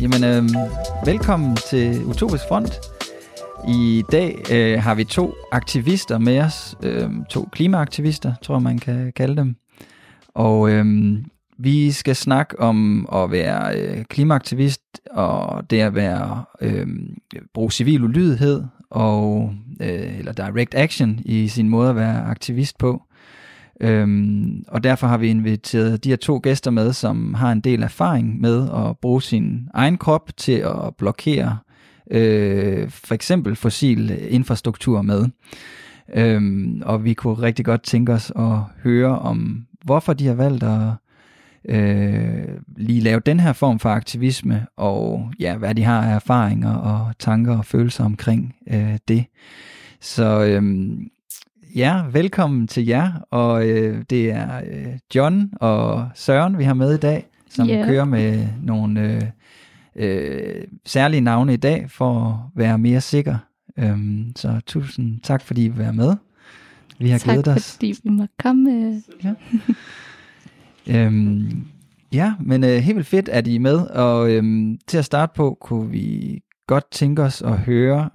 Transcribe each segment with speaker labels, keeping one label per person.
Speaker 1: Jamen, velkommen til Utopisk Front. I dag har vi 2 aktivister med os, 2 klimaaktivister, tror jeg, man kan kalde dem. Og vi skal snakke om at være klimaaktivist, og det at være bruge civil ulydighed, og, eller direct action i sin måde at være aktivist på. Og derfor har vi inviteret de her 2 gæster med, som har en del erfaring med at bruge sin egen krop til at blokere for eksempel fossil infrastruktur med. Og vi kunne rigtig godt tænke os at høre om, hvorfor de har valgt at lige lave den her form for aktivisme, og ja, hvad de har af erfaringer og tanker og følelser omkring det. Så ja, velkommen til jer, og det er John og Søren, vi har med i dag, som kører med nogle særlige navne i dag, for at være mere sikker. Så tusind tak, fordi I vil være med. Vi har glædet os.
Speaker 2: Tak, fordi vi må komme.
Speaker 1: Ja. Ja, men helt vildt fedt, at I er med, og til at starte på, kunne vi godt tænke os at høre,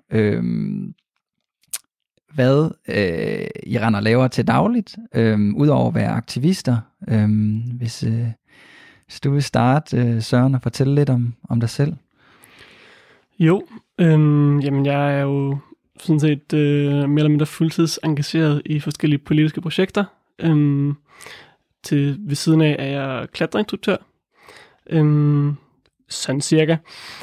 Speaker 1: hvad I render og laver til dagligt, udover at være aktivister. Hvis du vil starte, Søren, og fortælle lidt om dig selv.
Speaker 3: Jo, jamen jeg er jo sådan set mere eller mindre fuldtids engageret i forskellige politiske projekter. Ved siden af er jeg klatreinstruktør, sådan cirka,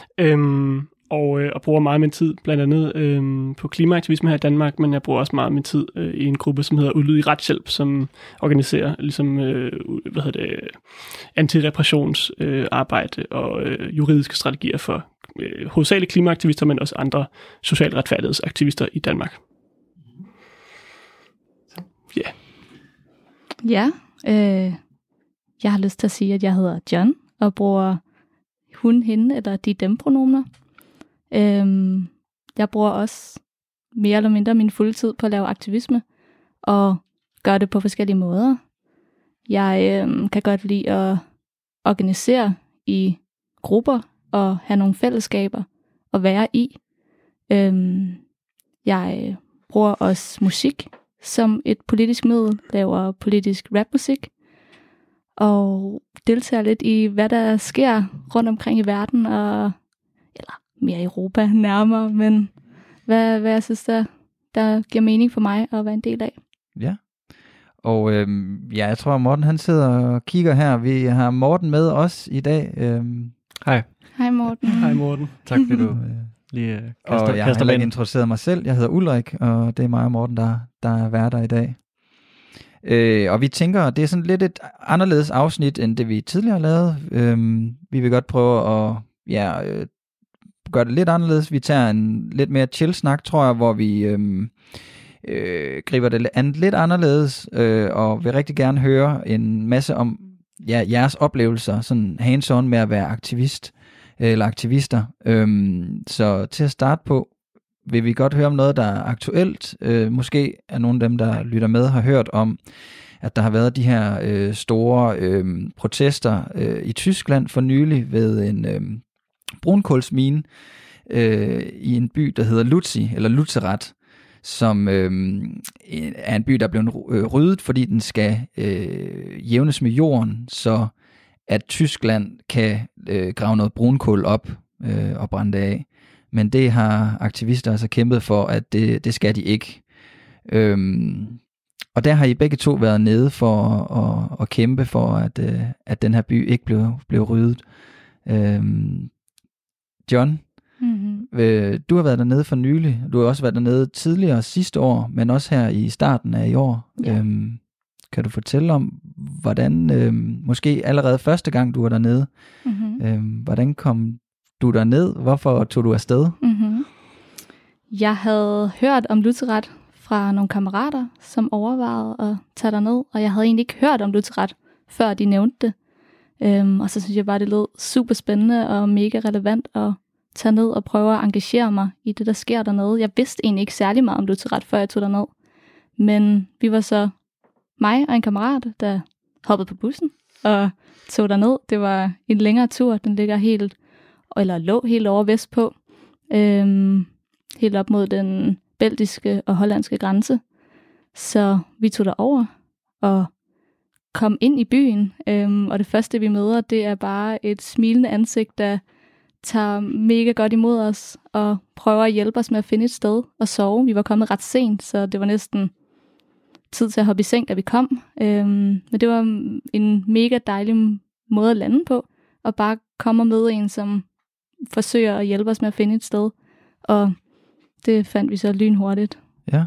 Speaker 3: og bruger meget af min tid blandt andet på klimaaktivisme her i Danmark, men jeg bruger også meget af min tid i en gruppe, som hedder Ulydig Retshjælp, som organiserer ligesom, antirepressionsarbejde og juridiske strategier for hovedsageligt klimaaktivister, men også andre social retfærdighedsaktivister i Danmark. Ja.
Speaker 2: Ja, jeg har lyst til at sige, at jeg hedder John, og bruger hun, hende eller de dem pronomener. Jeg bruger også mere eller mindre min fuldtid på at lave aktivisme, og gør det på forskellige måder. Jeg kan godt lide at organisere i grupper, og have nogle fællesskaber at være i. Jeg bruger også musik som et politisk middel, laver politisk rapmusik, og deltager lidt i, hvad der sker rundt omkring i verden, eller mere i Europa nærmere, men hvad jeg synes, der giver mening for mig at være en del af.
Speaker 1: Ja, og jeg tror, Morten han sidder og kigger her. Vi har Morten med os i dag.
Speaker 3: Hej.
Speaker 2: Hej Morten.
Speaker 3: Hej Morten.
Speaker 1: Tak fordi du
Speaker 3: lige
Speaker 1: kaster. Og jeg har heller ikke introduceret mig selv. Jeg hedder Ulrik, og det er mig og Morten, der er værter i dag. Og vi tænker, at det er sådan lidt et anderledes afsnit, end det vi tidligere har lavet. Vi vil godt prøve at gøre det lidt anderledes. Vi tager en lidt mere chill snak, tror jeg, hvor vi griber det lidt anderledes, og vil rigtig gerne høre en masse om jeres oplevelser, sådan hands-on med at være aktivist eller aktivister. Så til at starte på, vil vi godt høre om noget, der er aktuelt. Måske er nogle af dem, der lytter med, har hørt om, at der har været de her store protester i Tyskland for nylig ved en brunkulsmine i en by, der hedder Lützerath, som er en by, der er blevet ryddet, fordi den skal jævnes med jorden, så at Tyskland kan grave noget brunkul op og brænde det af. Men det har aktivister altså kæmpet for, at det skal de ikke. Og der har I begge 2 været nede for at kæmpe for, at den her by ikke blev ryddet. John, du har været dernede for nylig. Du har også været dernede tidligere sidste år, men også her i starten af i år. Ja. Kan du fortælle om, hvordan, måske allerede første gang du var dernede, hvordan kom du derned? Hvorfor tog du afsted?
Speaker 2: Jeg havde hørt om Lützerath fra nogle kammerater, som overvejede at tage derned, og jeg havde egentlig ikke hørt om Lützerath, før de nævnte det. Og så synes jeg bare, det lød super spændende og mega relevant at tage ned og prøve at engagere mig i det, der sker dernede. Jeg vidste egentlig ikke særlig meget om Lützerath, før jeg tog derned. Men vi var så mig og en kammerat, der hoppede på bussen og tog derned. Det var en længere tur. Den ligger helt eller lå helt over vestpå, helt op mod den belgiske og hollandske grænse. Så vi tog derover og kom ind i byen, og det første vi møder, det er bare et smilende ansigt, der tager mega godt imod os og prøver at hjælpe os med at finde et sted og sove. Vi var kommet ret sent, så det var næsten tid til at hoppe i seng, da vi kom. Men det var en mega dejlig måde at lande på, og bare komme og møde en, som forsøger at hjælpe os med at finde et sted. Og det fandt vi så lynhurtigt.
Speaker 1: Ja.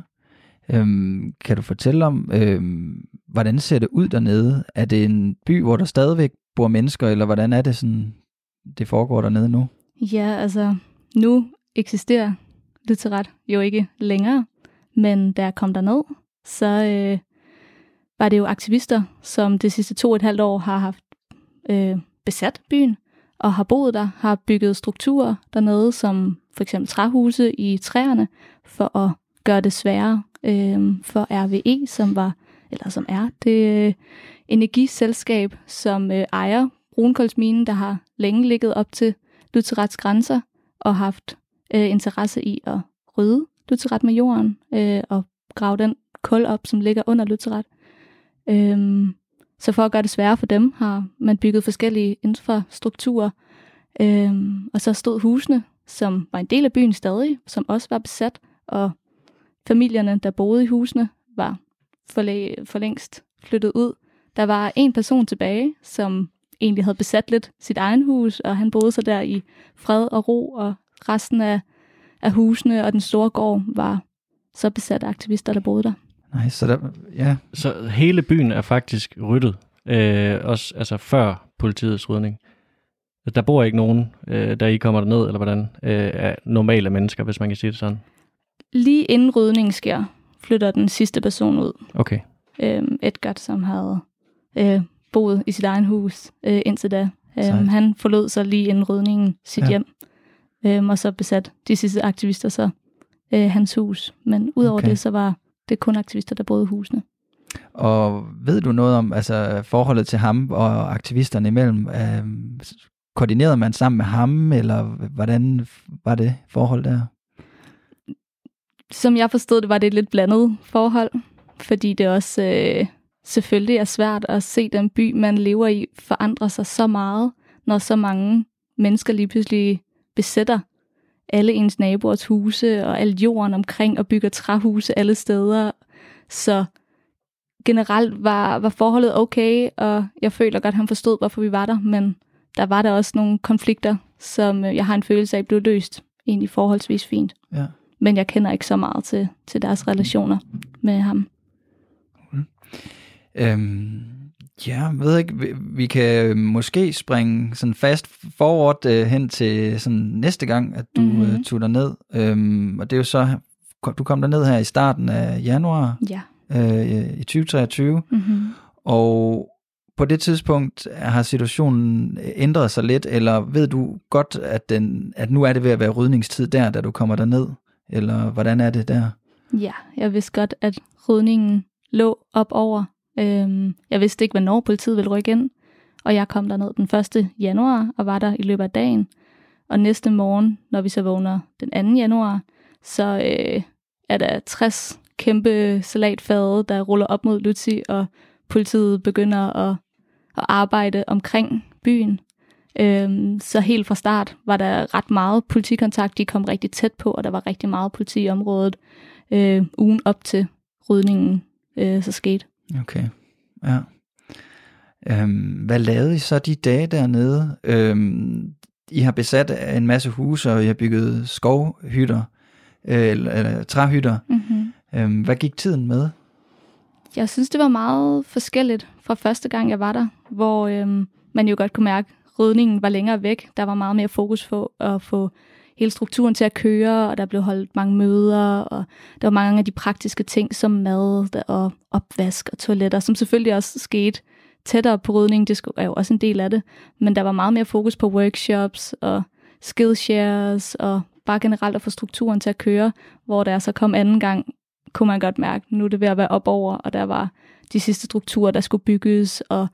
Speaker 1: Kan du fortælle om, hvordan ser det ud dernede? Er det en by, hvor der stadigvæk bor mennesker, eller hvordan er det sådan, det foregår dernede nu?
Speaker 2: Ja, altså nu eksisterer Lützerath jo ikke længere, men da jeg kom derned, så var det jo aktivister, som de sidste 2,5 år har haft besat byen, og har boet der, har bygget strukturer dernede, som for eksempel træhuse i træerne, for at gøre det sværere for RWE, som er det energiselskab, som ejer brunkulsminen, der har længe ligget op til Lützeraths grænser, og haft interesse i at rydde Lützerath med jorden, og grave den kul op, som ligger under Lützerath. Så for at gøre det sværere for dem, har man bygget forskellige infrastrukturer, og så stod husene, som var en del af byen stadig, som også var besat, og familierne, der boede i husene, var for længst flyttet ud. Der var en person tilbage, som egentlig havde besat lidt sit egen hus, og han boede så der i fred og ro, og resten af husene og den store gård var så besat af aktivister, der boede der.
Speaker 1: Nej,
Speaker 4: Så hele byen er faktisk ryddet, også altså før politiets rydning. Der bor ikke nogen, der I kommer derned, eller hvordan, er normale mennesker, hvis man kan sige det sådan?
Speaker 2: Lige inden rydningen sker, flytter den sidste person ud.
Speaker 4: Okay.
Speaker 2: Edgar, som havde boet i sit egen hus indtil da. Han forlod så lige inden rydningen sit hjem, og så besat de sidste aktivister så hans hus. Men udover det, så var det kun aktivister, der boede i husene.
Speaker 1: Og ved du noget om forholdet til ham og aktivisterne imellem? Koordinerede man sammen med ham, eller hvordan var det forhold der?
Speaker 2: Som jeg forstod det, var det et lidt blandet forhold, fordi det også selvfølgelig er svært at se den by, man lever i, forandre sig så meget, når så mange mennesker lige pludselig besætter alle ens naboers huse og al jorden omkring og bygger træhuse alle steder. Så generelt var forholdet okay, og jeg føler godt, at han forstod, hvorfor vi var der, men der var der også nogle konflikter, som jeg har en følelse af blev løst egentlig forholdsvis fint.
Speaker 1: Ja.
Speaker 2: Men jeg kender ikke så meget til deres relationer med ham.
Speaker 1: Jeg ved ikke, vi kan måske springe sådan fast forward hen til sådan næste gang, at du tog derned. Og det er jo så, du kom derned her i starten af januar i 2023. Mm-hmm. Og på det tidspunkt har situationen ændret sig lidt, eller ved du godt, at nu er det ved at være rydningstid der, da du kommer derned? Eller hvordan er det der?
Speaker 2: Ja, jeg vidste godt, at rydningen lå op over. Jeg vidste ikke, hvornår politiet ville rykke ind, og jeg kom derned den 1. januar og var der i løbet af dagen. Og næste morgen, når vi så vågner den 2. januar, så er der 60 kæmpe salatfade, der ruller op mod Lützi, og politiet begynder at arbejde omkring byen. Så helt fra start var der ret meget politikontakt. De kom rigtig tæt på, og der var rigtig meget politi i området ugen op til rydningen så skete.
Speaker 1: Okay, ja. Hvad lavede I så de dage dernede? I har besat en masse huse, og I har bygget skovhytter, eller træhytter. Mm-hmm. Hvad gik tiden med?
Speaker 2: Jeg synes, det var meget forskelligt fra første gang, jeg var der, hvor man jo godt kunne mærke, at rydningen var længere væk. Der var meget mere fokus på at få hele strukturen til at køre, og der blev holdt mange møder, og der var mange af de praktiske ting som mad og opvask og toiletter, som selvfølgelig også skete tættere på rydningen. Det er jo også en del af det, men der var meget mere fokus på workshops og skillshares og bare generelt at få strukturen til at køre, hvor der så kom anden gang, kunne man godt mærke, nu er det ved at være op over, og der var de sidste strukturer, der skulle bygges, og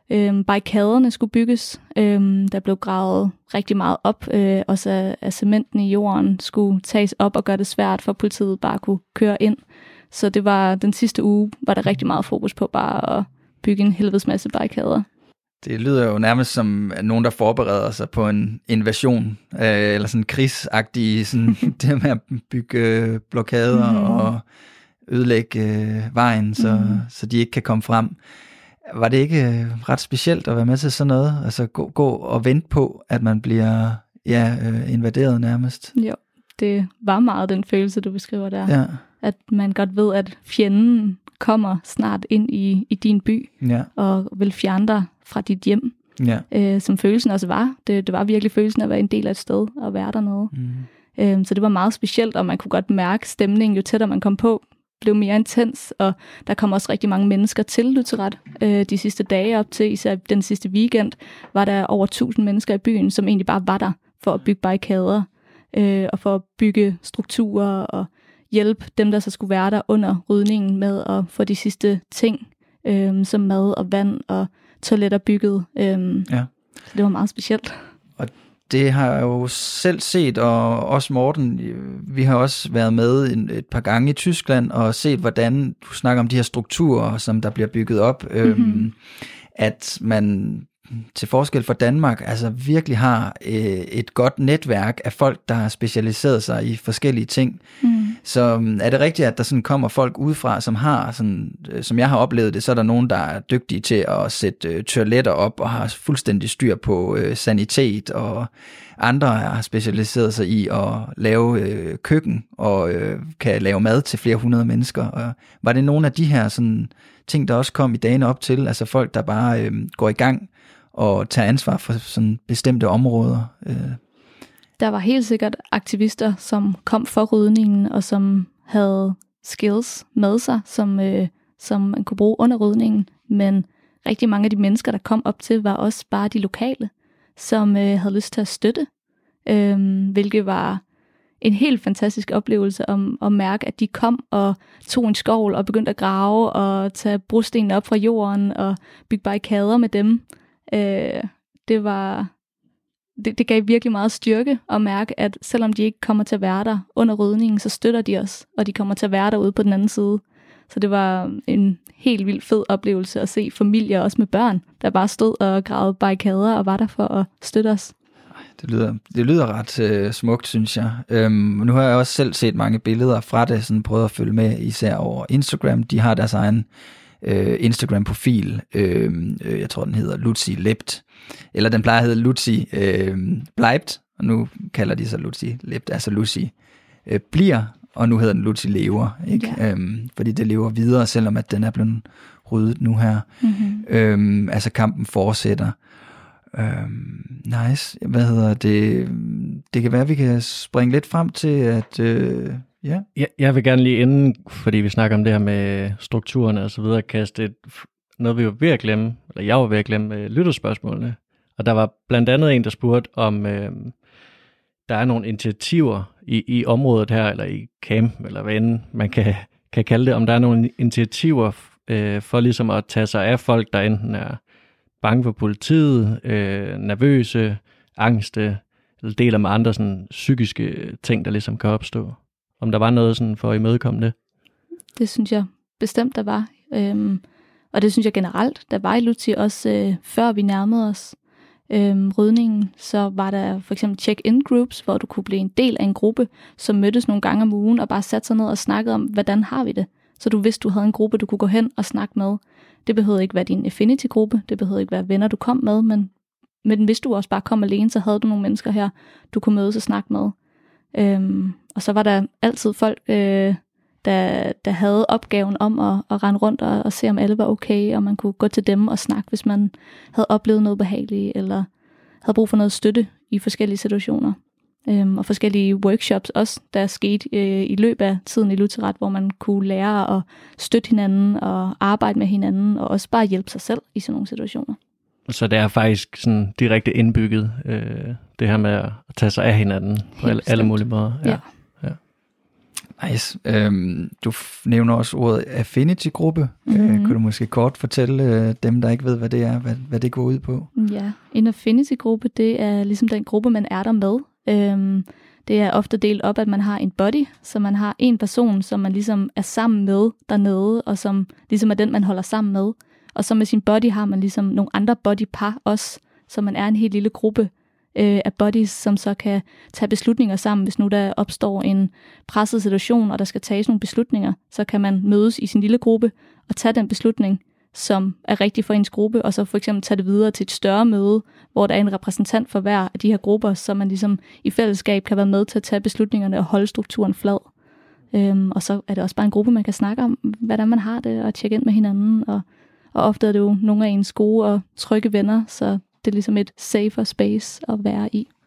Speaker 2: Barrikaderne skulle bygges. Der blev gravet rigtig meget op. Også af cementen i jorden skulle tages op og gøre det svært for politiet bare at kunne køre ind. Så det var den sidste uge, var der rigtig meget fokus på bare at bygge en helvedes masse barrikader.
Speaker 1: Det lyder jo nærmest som nogen, der forbereder sig på en invasion, eller sådan krigsagtige, sådan det med at bygge blokader og ødelægge vejen, så de ikke kan komme frem. Var det ikke ret specielt at være med til sådan noget? Altså gå og vente på, at man bliver invaderet nærmest?
Speaker 2: Jo, det var meget den følelse, du beskriver der.
Speaker 1: Ja.
Speaker 2: At man godt ved, at fjenden kommer snart ind i din by, og vil fjerne dig fra dit hjem. Ja. Som følelsen også var. Det var virkelig følelsen af at være en del af et sted og være dernede. Så det var meget specielt, og man kunne godt mærke stemningen, jo tættere man kom på, blev mere intens, og der kom også rigtig mange mennesker til Lützerath. De sidste dage op til, især den sidste weekend, var der over 1000 mennesker i byen, som egentlig bare var der for at bygge barrikader, og for at bygge strukturer og hjælpe dem, der så skulle være der under rydningen med at få de sidste ting, som mad og vand og toiletter bygget. Så det var meget specielt. Og
Speaker 1: det har jeg jo selv set, og også Morten, vi har også været med et par gange i Tyskland og set, hvordan du snakker om de her strukturer, som der bliver bygget op, at man til forskel fra Danmark, altså virkelig har et godt netværk af folk, der har specialiseret sig i forskellige ting. Så er det rigtigt, at der sådan kommer folk udefra, som har sådan, som jeg har oplevet det, så er der nogen, der er dygtige til at sætte toiletter op og har fuldstændig styr på sanitet, og andre har specialiseret sig i at lave køkken og kan lave mad til flere hundrede mennesker. Og var det nogle af de her sådan ting, der også kom i dagene op til, altså folk, der bare går i gang og tager ansvar for sådan bestemte områder?
Speaker 2: Der var helt sikkert aktivister, som kom for rydningen, og som havde skills med sig, som man kunne bruge under rydningen. Men rigtig mange af de mennesker, der kom op til, var også bare de lokale, som havde lyst til at støtte. Hvilket var en helt fantastisk oplevelse at mærke, at de kom og tog en skovl og begyndte at grave og tage brostenene op fra jorden og bygge barrikader med dem. Det gav virkelig meget styrke at mærke, at selvom de ikke kommer til at være der under rydningen, så støtter de os, og de kommer til at være derude på den anden side. Så det var en helt vildt fed oplevelse at se familier, også med børn, der bare stod og gravede barrikader og var der for at støtte os.
Speaker 1: Det lyder ret smukt, synes jeg. Nu har jeg også selv set mange billeder fra det, sådan prøvet at følge med, især over Instagram. De har deres egen Instagram-profil. Jeg tror, den hedder Luzi Lebt. Eller den plejer at hedde Luzi Bleibt, og nu kalder de sig Luzi Lebt, altså Luzi bliver, og nu hedder den Luzi lever, ikke? Ja. Fordi det lever videre, selvom at den er blevet ryddet nu her. Altså kampen fortsætter. Nice. Hvad hedder det? Det kan være, at vi kan springe lidt frem til, at
Speaker 4: Jeg vil gerne lige inden, fordi vi snakker om det her med strukturerne og så videre, kaste noget, vi var ved at glemme, eller jeg var ved at glemme, lytterspørgsmålene. Og der var blandt andet en, der spurgte, om der er nogle initiativer i området her, eller i camp, eller hvad end man kan kalde det, om der er nogle initiativer for ligesom at tage sig af folk, der enten er bange for politiet, nervøse, angste, eller deler med andre sådan psykiske ting, der ligesom kan opstå. Om der var noget sådan for at imødekomme det? Det
Speaker 2: synes jeg bestemt, der var. Og det synes jeg generelt, der var i Luzi også før vi nærmede os rydningen, så var der for eksempel check-in groups, hvor du kunne blive en del af en gruppe, som mødtes nogle gange om ugen og bare satte sig ned og snakkede om, hvordan har vi det? Så du vidste, du havde en gruppe, du kunne gå hen og snakke med. Det behøvede ikke være din affinity-gruppe, det behøvede ikke være venner, du kom med, men hvis du også bare kom alene, så havde du nogle mennesker her, du kunne mødes og snakke med. Og så var der altid folk, der havde opgaven om at rende rundt og se, om alle var okay, og man kunne gå til dem og snakke, hvis man havde oplevet noget behageligt, eller havde brug for noget støtte i forskellige situationer. Og forskellige workshops også, der skete i løbet af tiden i Lützerath, hvor man kunne lære at støtte hinanden og arbejde med hinanden, og også bare hjælpe sig selv i sådan nogle situationer.
Speaker 4: Så det er faktisk sådan direkte indbygget, det her med at tage sig af hinanden på alle mulige måder. Ja.
Speaker 1: Nice. Du nævner også ordet affinity-gruppe. Kan du måske kort fortælle dem, der ikke ved, hvad det er, hvad det går ud på?
Speaker 2: Ja, en affinity-gruppe, det er ligesom den gruppe, man er der med. Det er ofte delt op, at man har en buddy, så man har en person, som man ligesom er sammen med dernede, og som ligesom er den, man holder sammen med. Og så med sin buddy har man ligesom nogle andre buddy-par også, så man er en helt lille gruppe af buddies, som så kan tage beslutninger sammen. Hvis nu der opstår en presset situation, og der skal tages nogle beslutninger, så kan man mødes i sin lille gruppe og tage den beslutning, som er rigtig for ens gruppe, og så for eksempel tage det videre til et større møde, hvor der er en repræsentant for hver af de her grupper, så man ligesom i fællesskab kan være med til at tage beslutningerne og holde strukturen flad. Og så er det også bare en gruppe, man kan snakke om, hvordan man har det, og tjekke ind med hinanden, og ofte er det jo nogle af ens gode og trygge venner, så det er ligesom et safer space at være i.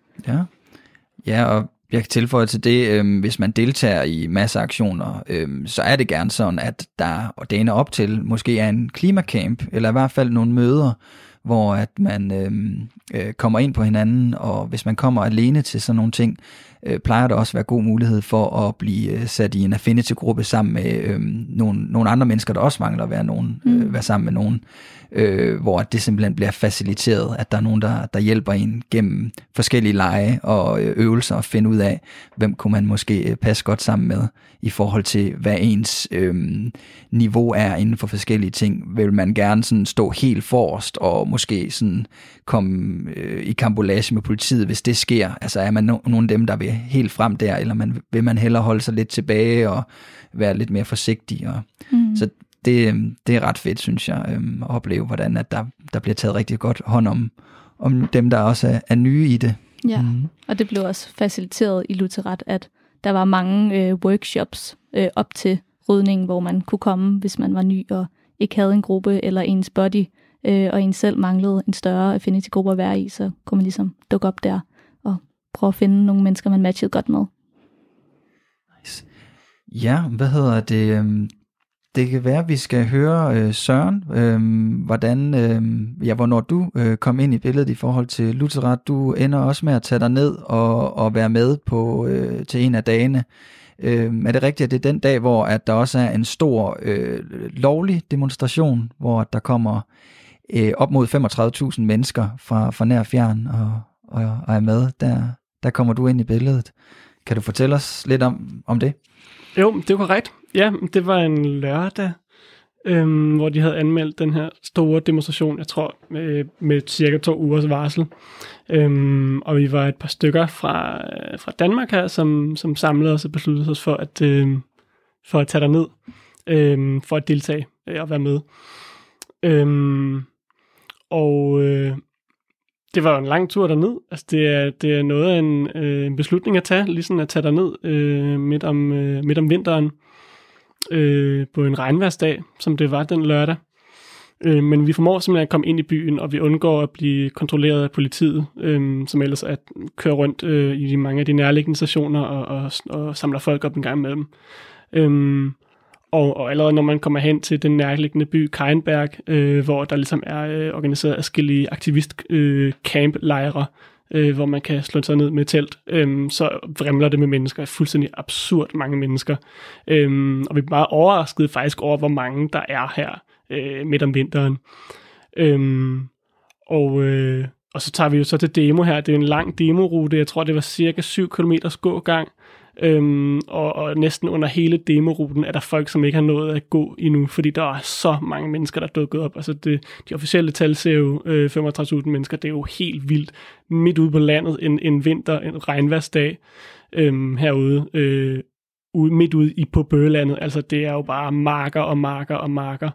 Speaker 1: Ja, og jeg kan tilføje til det, hvis man deltager i masseaktioner, så er det gerne sådan, at der og dagen op til måske er en klimacamp, eller i hvert fald nogle møder, hvor at man kommer ind på hinanden, og hvis man kommer alene til sådan nogle ting, plejer der også at være god mulighed for at blive sat i en affinity-gruppe sammen med nogle andre mennesker, der også mangler at være sammen med nogen, hvor det simpelthen bliver faciliteret, at der er nogen, der hjælper en gennem forskellige lege og øvelser og finde ud af, hvem kunne man måske passe godt sammen med i forhold til, hvad ens niveau er inden for forskellige ting. Vil man gerne sådan stå helt forrest og måske sådan komme i karambolage med politiet, hvis det sker? Altså er man nogen af dem, der vil helt frem der, eller vil man hellere holde sig lidt tilbage og være lidt mere forsigtig? Så det er ret fedt, synes jeg, at opleve, hvordan at der bliver taget rigtig godt hånd om dem, der også er nye i det.
Speaker 2: Ja, og det blev også faciliteret i Lutherret, at der var mange workshops op til rydningen, hvor man kunne komme, hvis man var ny og ikke havde en gruppe eller ens buddy, og en selv manglede en større affinity-gruppe at være i, så kunne man ligesom dukke op der og prøve at finde nogle mennesker, man matchede godt med.
Speaker 1: Nice. Ja, hvad hedder det? Det kan være, at vi skal høre Søren, hvornår du kom ind i billedet i forhold til Lutherret. Du ender også med at tage dig ned og være med på til en af dagene. Er det rigtigt, at det er den dag, hvor at der også er en stor lovlig demonstration, hvor der kommer op mod 35.000 mennesker fra nær og fjern og er med? Der kommer du ind i billedet. Kan du fortælle os lidt om det?
Speaker 3: Jo, det er korrekt. Ja, det var en lørdag, hvor de havde anmeldt den her store demonstration, jeg tror, med cirka 2 ugers varsel. Og vi var et par stykker fra Danmark her, som samlede os og besluttede os for at tage derned, for at deltage og være med. Det var jo en lang tur derned. Altså det er noget af en beslutning at tage, ligesom at tage derned midt om vinteren på en regnværsdag, som det var den lørdag. Men vi formår simpelthen at komme ind i byen, og vi undgår at blive kontrolleret af politiet, som ellers at køre rundt i mange af de nærliggende stationer og samler folk op en gang med dem. Og allerede når man kommer hen til den nærliggende by Keinberg, hvor der ligesom er organiseret forskellige aktivist-camp-lejre, hvor man kan slå sig ned med telt, så vrimler det med mennesker, fuldstændig absurd mange mennesker. Og vi er meget overrasket faktisk over, hvor mange der er her midt om vinteren. Og så tager vi jo så til demo her. Det er en lang demorute. Jeg tror, det var cirka 7 kilometers gågang. Og næsten under hele demoruten er der folk, som ikke har nået at gå endnu, fordi der er så mange mennesker, der er dukket op. Altså de officielle tal ser jo 35.000 mennesker. Det er jo helt vildt. Midt ude på landet, en regnværsdag herude, midt ude på bøgelandet. Altså det er jo bare marker og marker og marker.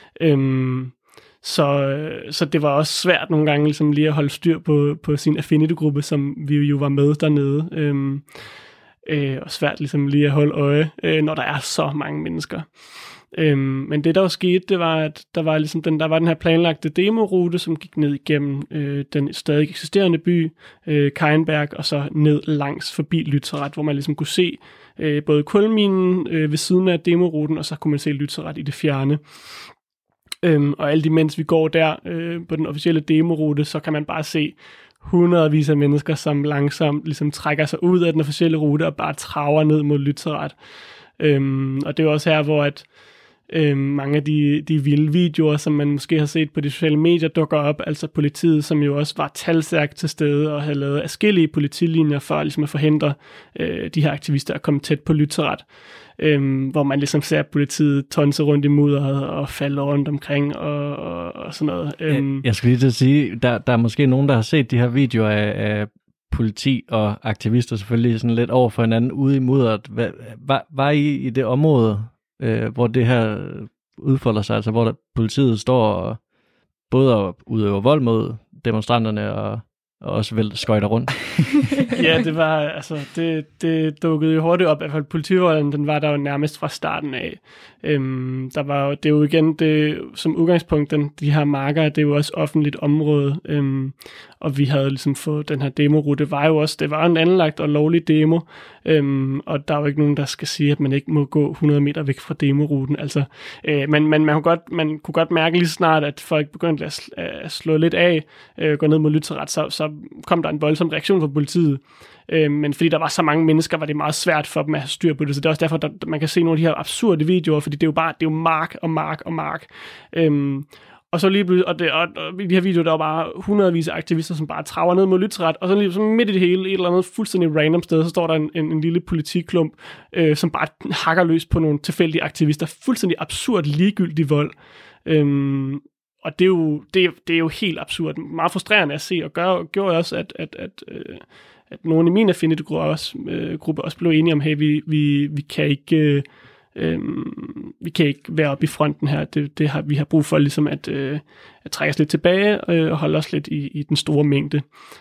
Speaker 3: Så det var også svært nogle gange ligesom lige at holde styr på sin affinity-gruppe, som vi jo var med dernede. Og svært ligesom lige at holde øje, når der er så mange mennesker. Men det der jo skete, det var, at der var den her planlagte demorute, som gik ned igennem den stadig eksisterende by, Keinberg, og så ned langs forbi Lützerath, hvor man ligesom kunne se både kulminen ved siden af demoruten, og så kunne man se Lützerath i det fjerne. Og alt imens vi går der på den officielle demorute, så kan man bare se hundredvis af mennesker, som langsomt ligesom trækker sig ud af den officielle rute og bare traver ned mod Lützerath. Og det er jo også her, hvor at mange af de vilde videoer, som man måske har set på de sociale medier, dukker op. Altså politiet, som jo også var talstærkt til stede og havde lavet adskillige politilinjer for ligesom at forhindre de her aktivister at komme tæt på Lützerath. Hvor man ligesom ser politiet tonse rundt i mudderet og falde rundt omkring og sådan noget.
Speaker 4: Jeg skal lige til at sige, der er måske nogen, der har set de her videoer af politi og aktivister selvfølgelig sådan lidt over for hinanden ude i mudderet. Var I det område, hvor det her udfolder sig, altså hvor politiet står og både udøver vold mod demonstranterne og også vel skøjter rundt?
Speaker 3: Ja, det var, altså, det dukkede jo hurtigt op. I hvert fald politivolden, den var der jo nærmest fra starten af. Det er jo igen, det, som udgangspunkt, de her marker, det er jo også offentligt område. Og vi havde ligesom fået den her demorute, det var en anlagt og lovlig demo. Og der er jo ikke nogen, der skal sige, at man ikke må gå 100 meter væk fra demoruten. Altså, man kunne godt mærke lige snart, at folk begyndte at slå lidt af, gå ned mod Lützerath, så kom der en voldsom reaktion fra politiet. Men fordi der var så mange mennesker, var det meget svært for dem at have styr på det. Så det er også derfor, at man kan se nogle af de her absurde videoer, fordi det er jo mark og mark og mark. Og så lige pludselig, og i de her videoer, der var bare hundredvis af aktivister, som bare traver ned mod Lützerath, og så lige så midt i det hele, et eller andet fuldstændig random sted, så står der en lille politiklump, som bare hakker løs på nogle tilfældige aktivister. Fuldstændig absurd ligegyldig vold. Og det er jo helt absurd. Meget frustrerende at se, og gjorde også, at nogle i min Affinity-gruppe også blev enige om, hey, vi kan ikke... vi kan ikke være oppe i fronten her. Vi har brug for ligesom at trække os lidt tilbage og holde os lidt i den store mængde.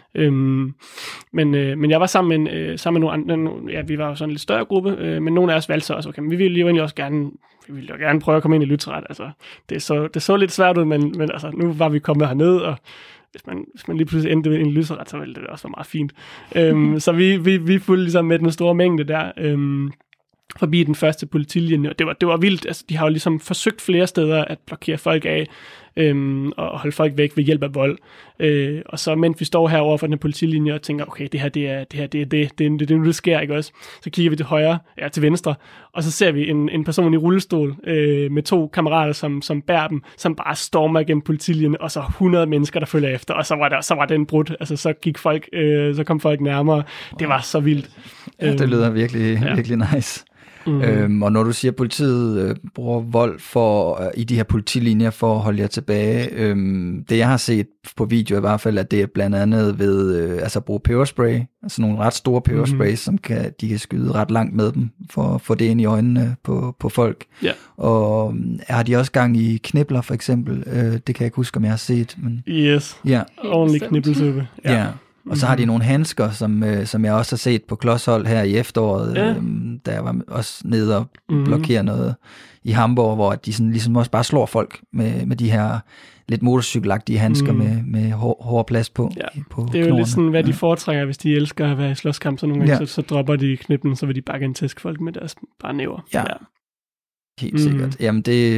Speaker 3: Men jeg var sammen med nogle andre. Ja, vi var jo sådan en lidt større gruppe, men nogle af os valgte så også, okay, men vi ville jo egentlig også gerne prøve at komme ind i Lützerath. Altså, det så lidt svært ud, men altså, nu var vi kommet herned, og hvis man lige pludselig endte ind i Lützerath, så ville det også være meget fint. Så vi fulgte ligesom med den store mængde der. Forbi den første politilinje, og det var vildt. Altså, de har jo ligesom forsøgt flere steder at blokere folk af og holde folk væk ved hjælp af vold. Og så mens vi står herovre for den politilinje og tænker, okay, det er nu, det sker, ikke også? Så kigger vi til højre, til venstre, og så ser vi en person i rullestol med 2 kammerater, som bærer dem, som bare stormer igennem politilinjen, og så 100 mennesker, der følger efter, og så var den brudt. Altså, så kom folk nærmere. Det var så vildt.
Speaker 1: Ja, det lyder virkelig nice. Mm-hmm. Og når du siger, at politiet bruger vold i de her politilinjer for at holde jer tilbage, det jeg har set på video i hvert fald, at det er blandt andet ved at bruge peberspray, altså nogle ret store pebersprays, som de kan skyde ret langt med dem, for at få det ind i øjnene på folk. Yeah. Og har de også gang i knibler for eksempel? Det kan jeg ikke huske, om jeg har set. Men,
Speaker 3: yes, ordentlig knibbelsuppe.
Speaker 1: Ja. Og så har de nogle handsker, som jeg også har set på klodshold her i efteråret, da jeg var også nede og blokere noget i Hamburg, hvor de sådan ligesom også bare slår folk med de her lidt motorcykelagtige handsker med hård plads på. Ja. På
Speaker 3: det er jo knorene. Lidt sådan, hvad de foretrækker, hvis de elsker at være i slåskamp, så nogle gange så dropper de knippen, så vil de bare gentæske folk med deres bare næver.
Speaker 1: Ja. Helt sikkert. Jamen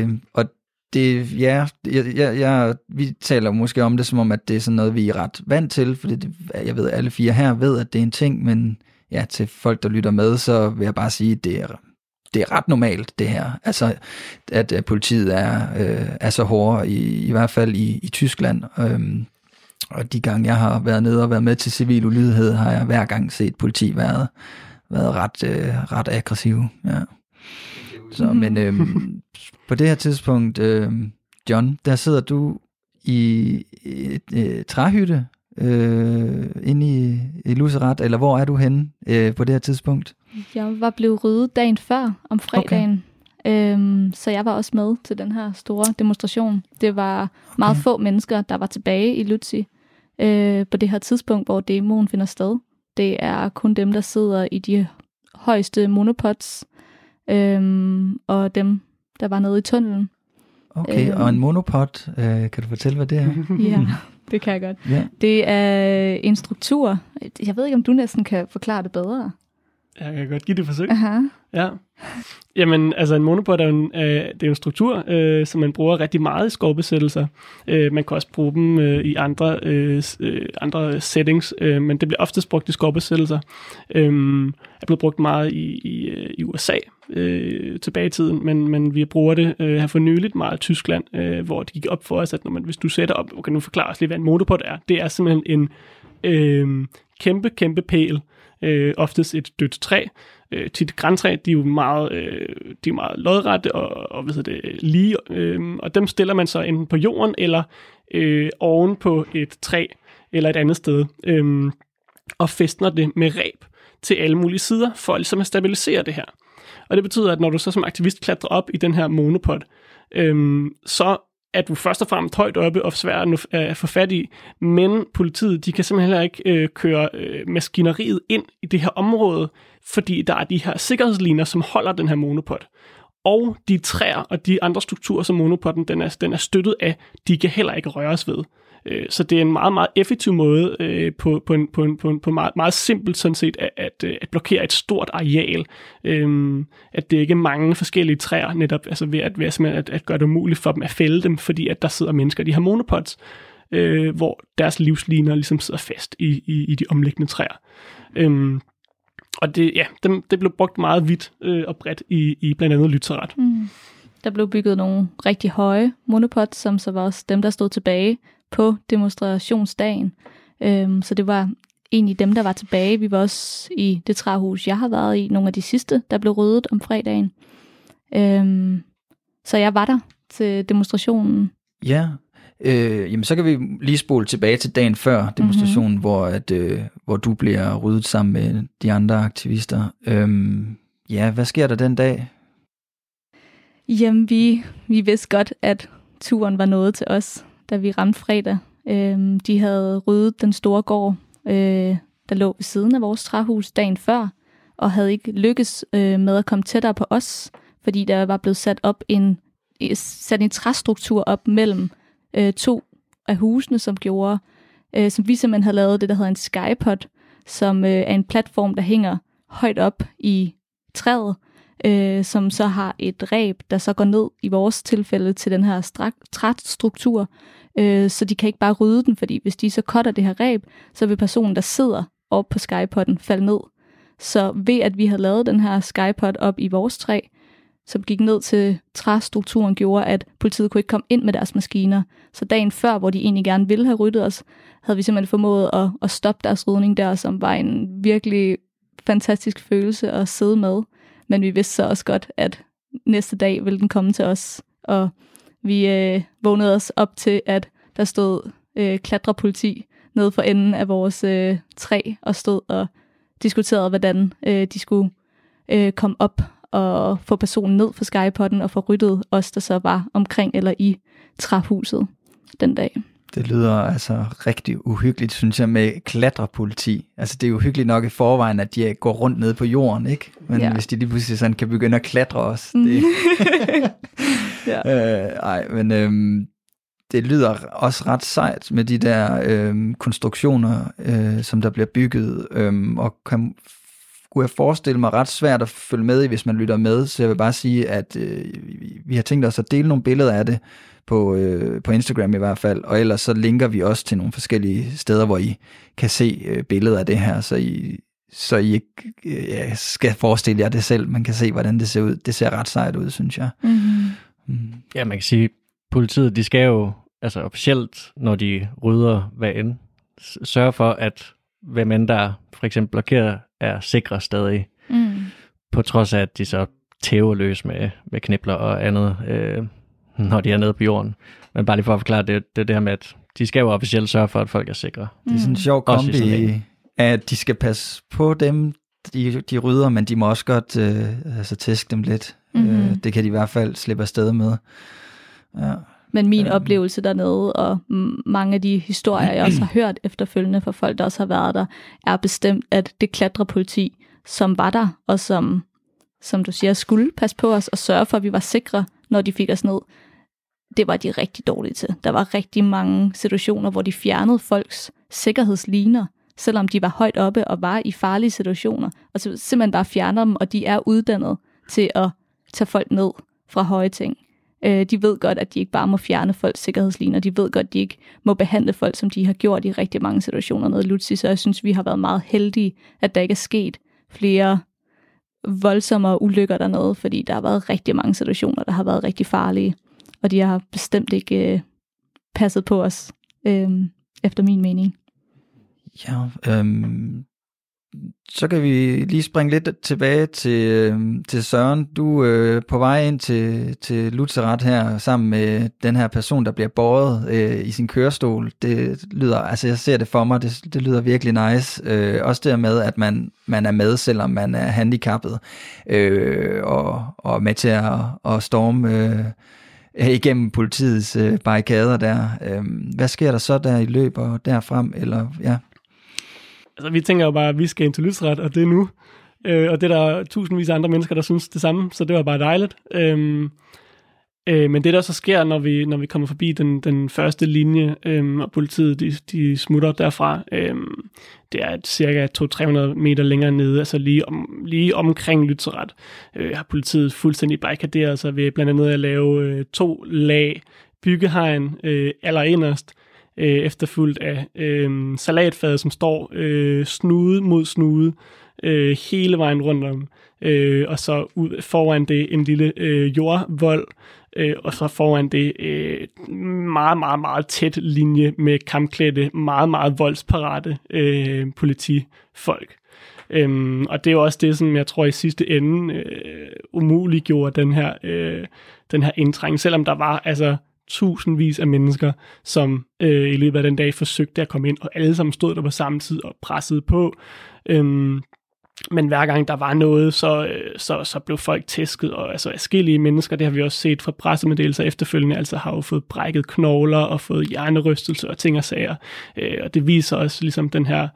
Speaker 1: vi taler måske om det, som om, at det er sådan noget, vi er ret vant til, fordi jeg ved, at alle 4 her ved, at det er en ting, men ja, til folk, der lytter med, så vil jeg bare sige, at det er ret normalt, det her. Altså, at politiet er så hårde, i hvert fald i Tyskland. Og de gange, jeg har været nede og været med til civil ulydighed, har jeg hver gang set politi været ret aggressive. Ja. Så, men på det her tidspunkt, John, der sidder du i et træhytte inde i Lützerath, eller hvor er du henne på det her tidspunkt?
Speaker 2: Jeg var blevet ryddet dagen før, om fredagen, så jeg var også med til den her store demonstration. Det var meget få mennesker, der var tilbage i Lützi på det her tidspunkt, hvor demoen finder sted. Det er kun dem, der sidder i de højeste monopods, og dem, der var nede i tunnelen.
Speaker 1: Okay, og en monopod, kan du fortælle, hvad det er?
Speaker 2: Ja, det kan jeg godt. Yeah. Det er en struktur. Jeg ved ikke, om du næsten kan forklare det bedre.
Speaker 3: Jeg kan godt give det et forsøg. Ja. Jamen, altså en monopod er jo en struktur, som man bruger rigtig meget i skovbesættelser. Man kan også bruge dem i andre settings, men det bliver oftest brugt i skovbesættelser. Er blevet brugt meget i USA, tilbage i tiden, men vi bruger det her for nyligt meget i Tyskland, hvor det gik op for os, at hvis du sætter op, okay, nu forklarer os lige, hvad en monopod er. Det er simpelthen en kæmpe pæl, oftest et dødt træ. Tit grantræ, de er jo meget lodrette og lige, og dem stiller man så enten på jorden eller oven på et træ eller et andet sted, og fæstner det med reb til alle mulige sider, for ligesom at stabilisere det her. Og det betyder, at når du så som aktivist klatrer op i den her monopod, så er du først og fremmest højt oppe og svært at få fat i, men politiet, de kan simpelthen heller ikke køre maskineriet ind i det her område, fordi der er de her sikkerhedsliner, som holder den her monopod. Og de træer og de andre strukturer, som monopodden den er støttet af, de kan heller ikke røres ved. Så det er en meget, meget effektiv måde på meget, meget simpelt sådan set at blokere et stort areal. At det ikke er mange forskellige træer, netop altså ved at gøre det umuligt for dem at fælde dem, fordi at der sidder mennesker i de her monopods, hvor deres livsliner ligesom sidder fast i de omliggende træer. Og det blev brugt meget vidt og bredt i blandt andet Lützerath.
Speaker 2: Der blev bygget nogle rigtig høje monopods, som så var også dem, der stod tilbage på demonstrationsdagen. Så det var egentlig dem, der var tilbage. Vi var også i det træhus, jeg har været i, nogle af de sidste, der blev ryddet om fredagen. Så jeg var der til demonstrationen.
Speaker 1: Ja, jamen så kan vi lige spole tilbage til dagen før demonstrationen, hvor du bliver ryddet sammen med de andre aktivister. Hvad sker der den dag?
Speaker 2: Jamen, vi vidste godt, at turen var nået til os, da vi ramte fredag. De havde ryddet den store gård, der lå ved siden af vores træhus dagen før, og havde ikke lykkes med at komme tættere på os, fordi der var blevet sat en træstruktur op mellem to af husene, som vi simpelthen havde lavet det, der hedder en skypod, som er en platform, der hænger højt op i træet, som så har et reb, der så går ned i vores tilfælde til den her træstruktur, så de kan ikke bare rydde den, fordi hvis de så cutter det her reb, så vil personen, der sidder oppe på skypodden, falde ned. Så ved at vi havde lavet den her skypod op i vores træ, som gik ned til træstrukturen, gjorde, at politiet kunne ikke komme ind med deres maskiner. Så dagen før, hvor de egentlig gerne ville have ryddet os, havde vi simpelthen formået at stoppe deres rydning der, som var en virkelig fantastisk følelse at sidde med. Men vi vidste så også godt, at næste dag ville den komme til os. Og vi vågnede os op til, at der stod klatrepoliti nede for enden af vores træ, og stod og diskuterede, hvordan de skulle komme op og få personen ned fra skypodden og få ryddet os, der så var omkring eller i træhuset den dag.
Speaker 1: Det lyder altså rigtig uhyggeligt, synes jeg, med klatrepoliti. Altså det er jo hyggeligt nok i forvejen, at de går rundt nede på jorden, ikke? Men hvis de lige pludselig sådan kan begynde at klatre også. Det... det lyder også ret sejt med de der konstruktioner, som der bliver bygget, og kunne jeg forestille mig ret svært at følge med i, hvis man lytter med. Så jeg vil bare sige, at vi har tænkt os at dele nogle billeder af det på Instagram i hvert fald, og ellers så linker vi også til nogle forskellige steder, hvor I kan se billeder af det her, så I ikke skal forestille jer det selv. Man kan se, hvordan det ser ud. Det ser ret sejt ud, synes jeg.
Speaker 4: Ja, man kan sige, politiet, de skal jo altså officielt, når de rydder hvad end, sørge for, at hvem end der for eksempel blokerer, er sikre stadig. På trods af, at de så tæver løs med knipler og andet, når de er nede på jorden. Men bare lige for at forklare, det er det her med, at de skal jo officielt sørge for, at folk er sikre.
Speaker 1: Det er sådan en sjov kombi, at de skal passe på dem, de rydder, men de må også godt tæske dem lidt. Det kan de i hvert fald slippe afsted med. Ja.
Speaker 2: Men min oplevelse dernede, og mange af de historier, jeg også har hørt efterfølgende fra folk, der også har været der, er bestemt, at det klatrepoliti, som var der, og som du siger, skulle passe på os og sørge for, at vi var sikre, når de fik os ned, det var de rigtig dårlige til. Der var rigtig mange situationer, hvor de fjernede folks sikkerhedsliner, selvom de var højt oppe og var i farlige situationer, og så simpelthen bare fjerner dem, og de er uddannet til at tage folk ned fra høje ting. De ved godt, at de ikke bare må fjerne folks sikkerhedsliner. De ved godt, at de ikke må behandle folk, som de har gjort i rigtig mange situationer nede i Lutzi. Så jeg synes, vi har været meget heldige, at der ikke er sket flere voldsommere ulykker dernede, fordi der har været rigtig mange situationer, der har været rigtig farlige, og de har bestemt ikke passet på os, efter min mening.
Speaker 1: Ja, så kan vi lige springe lidt tilbage til Søren. Du er på vej ind til Lutherrat her, sammen med den her person, der bliver båret i sin kørestol. Det lyder, altså jeg ser det for mig, det lyder virkelig nice. Også det med, at man er med, selvom man er handicappet, og med til at storme igennem politiets barrikader der. Hvad sker der så der i løb og derfrem, eller ja?
Speaker 3: Altså, vi tænker jo bare, at vi skal ind til Lutherrat, og det er nu. Og det er der tusindvis af andre mennesker, der synes det samme, så det var bare dejligt. Men det, der så sker, når vi kommer forbi den første linje, og politiet de smutter derfra, det er cirka 200-300 meter længere nede, altså lige omkring Lutherrat, har politiet fuldstændig barrikaderet sig ved blandt andet at lave 2 lag byggehegn allerinderst, efterfulgt af salatfade, som står snude mod snude hele vejen rundt om, og så ud foran det en lille jordvold, og så foran det meget, meget, meget tæt linje med kampklædte, meget, meget voldsparate politifolk. Og det er jo også det, som jeg tror i sidste ende umuliggjorde den her indtrængning, selvom der var altså tusindvis af mennesker, som i løbet af den dag forsøgte at komme ind, og alle sammen stod der på samme tid og pressede på. Men hver gang der var noget, så blev folk tæsket, og altså adskillige mennesker, det har vi også set fra pressemeddelelser efterfølgende, altså har jo fået brækket knogler og fået hjernerystelse og ting og sager. Og det viser også ligesom den her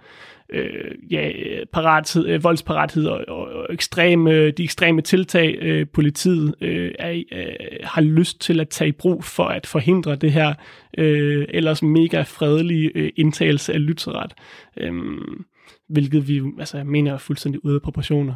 Speaker 3: voldsparathed og de ekstreme tiltag, politiet har lyst til at tage i brug for at forhindre det her ellers mega fredelige indtagelse af Lutherrat, hvilket vi altså mener er fuldstændig ude af proportioner.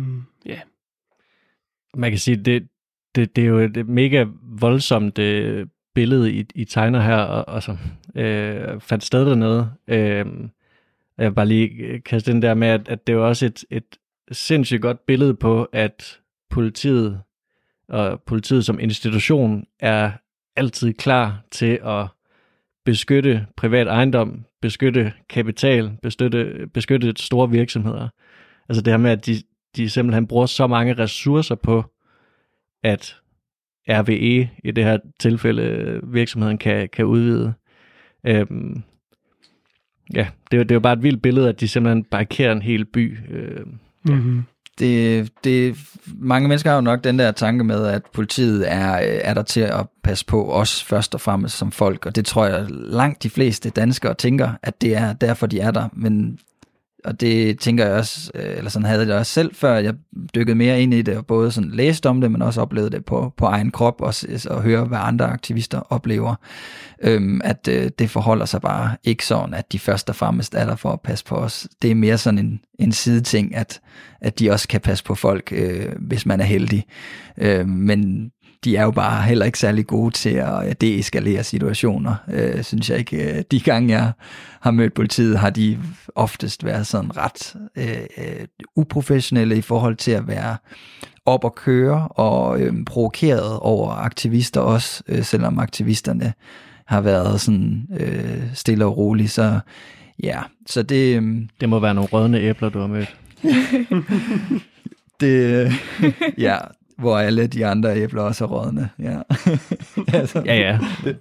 Speaker 4: Man kan sige, det er jo et mega voldsomt billede, I tegner her, og så fandt sted dernede. Jeg vil bare lige kaste den der med, at det er jo også et sindssygt godt billede på, at politiet og politiet som institution er altid klar til at beskytte privat ejendom, beskytte kapital, beskytte store virksomheder. Altså det her med, at de simpelthen bruger så mange ressourcer på, at RWE i det her tilfælde virksomheden kan udvide. Ja, det er jo bare et vildt billede, at de simpelthen barrikerer en hel by.
Speaker 3: Mm-hmm.
Speaker 1: Mange mennesker har jo nok den der tanke med, at politiet er der til at passe på os først og fremmest som folk, og det tror jeg langt de fleste danskere tænker, at det er derfor, de er der, og det tænker jeg også, eller sådan havde jeg det også selv, før jeg dykkede mere ind i det, og både sådan læste om det, men også oplevede det på egen krop, og høre, hvad andre aktivister oplever, at det forholder sig bare ikke sådan, at de først og fremmest er der for at passe på os. Det er mere sådan en sideting, at de også kan passe på folk, hvis man er heldig. Men de er jo bare heller ikke særlig gode til at deeskalere situationer, synes jeg ikke. De gange, jeg har mødt politiet, har de oftest været sådan ret uprofessionelle i forhold til at være op og køre og provokeret over aktivister også, selvom aktivisterne har været sådan stille og roligt. Så ja, så det...
Speaker 4: Det må være nogle rødne æbler, du har mødt.
Speaker 1: Ja, hvor alle de andre æbler også er rådne. Ja. Altså,
Speaker 4: ja.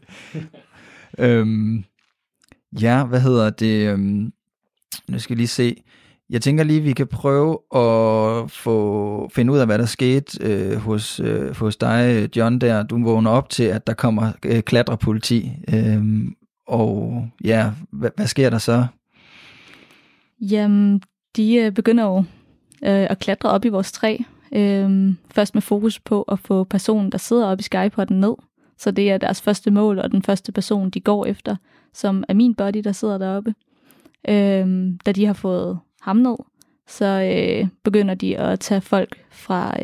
Speaker 1: Ja, hvad hedder det? Nu skal jeg lige se. Jeg tænker lige, vi kan prøve at finde ud af, hvad der skete hos dig, John, der. Du vågner op til, at der kommer klatrepoliti. Og ja, hvad sker der så?
Speaker 2: Jamen, de begynder jo at klatre op i vores træ. Først med fokus på at få personen, der sidder oppe i skypotten ned. Så det er deres første mål, og den første person, de går efter, som er min buddy, der sidder deroppe. Da de har fået ham ned, så begynder de at tage folk fra